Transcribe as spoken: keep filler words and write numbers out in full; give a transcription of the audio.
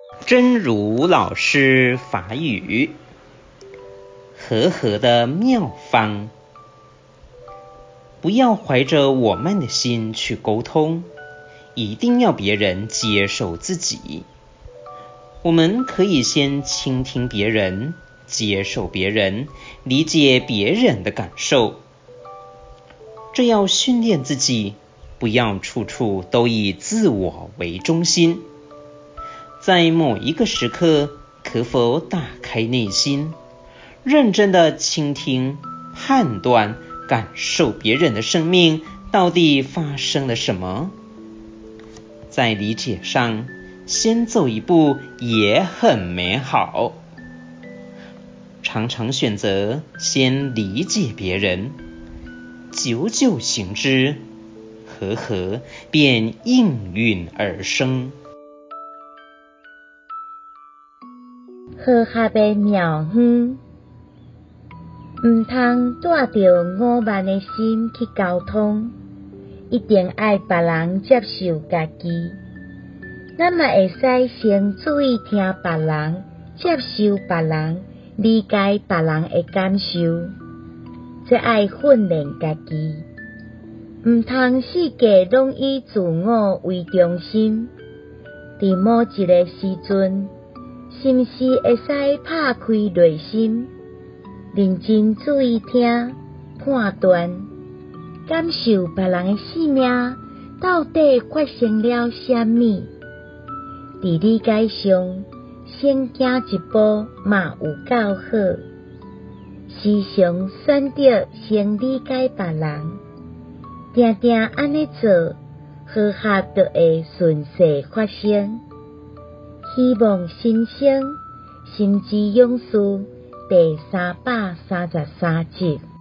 真如老师法语，和合的妙方。不要怀着我慢的心去沟通，一定要别人接受自己。我们可以先倾听别人，接受别人，理解别人的感受。这要训练自己，不要处处都以自我为中心。在某一个时刻，可否打开内心，认真的倾听、判断、感受别人的生命到底发生了什么？在理解上，先走一步也很美好。常常选择先理解别人，久久行之，和合便应运而生。 和合的妙方，唔通带着傲慢的心去沟通，一定爱别人接受家己。咱嘛会使先注意听别人，接受别人，理解别人的感受，这爱训练家己，唔通世界拢以自我为中心。伫某一个时阵，是毋是会使拍开内心，认真注意听、判断、感受别人的生命到底发生了什么？伫理解上，先行一步嘛有够好。时常选择先理解别人，定定安尼做，和合就会顺势发生。希望新生心之勇士第三百三十三集。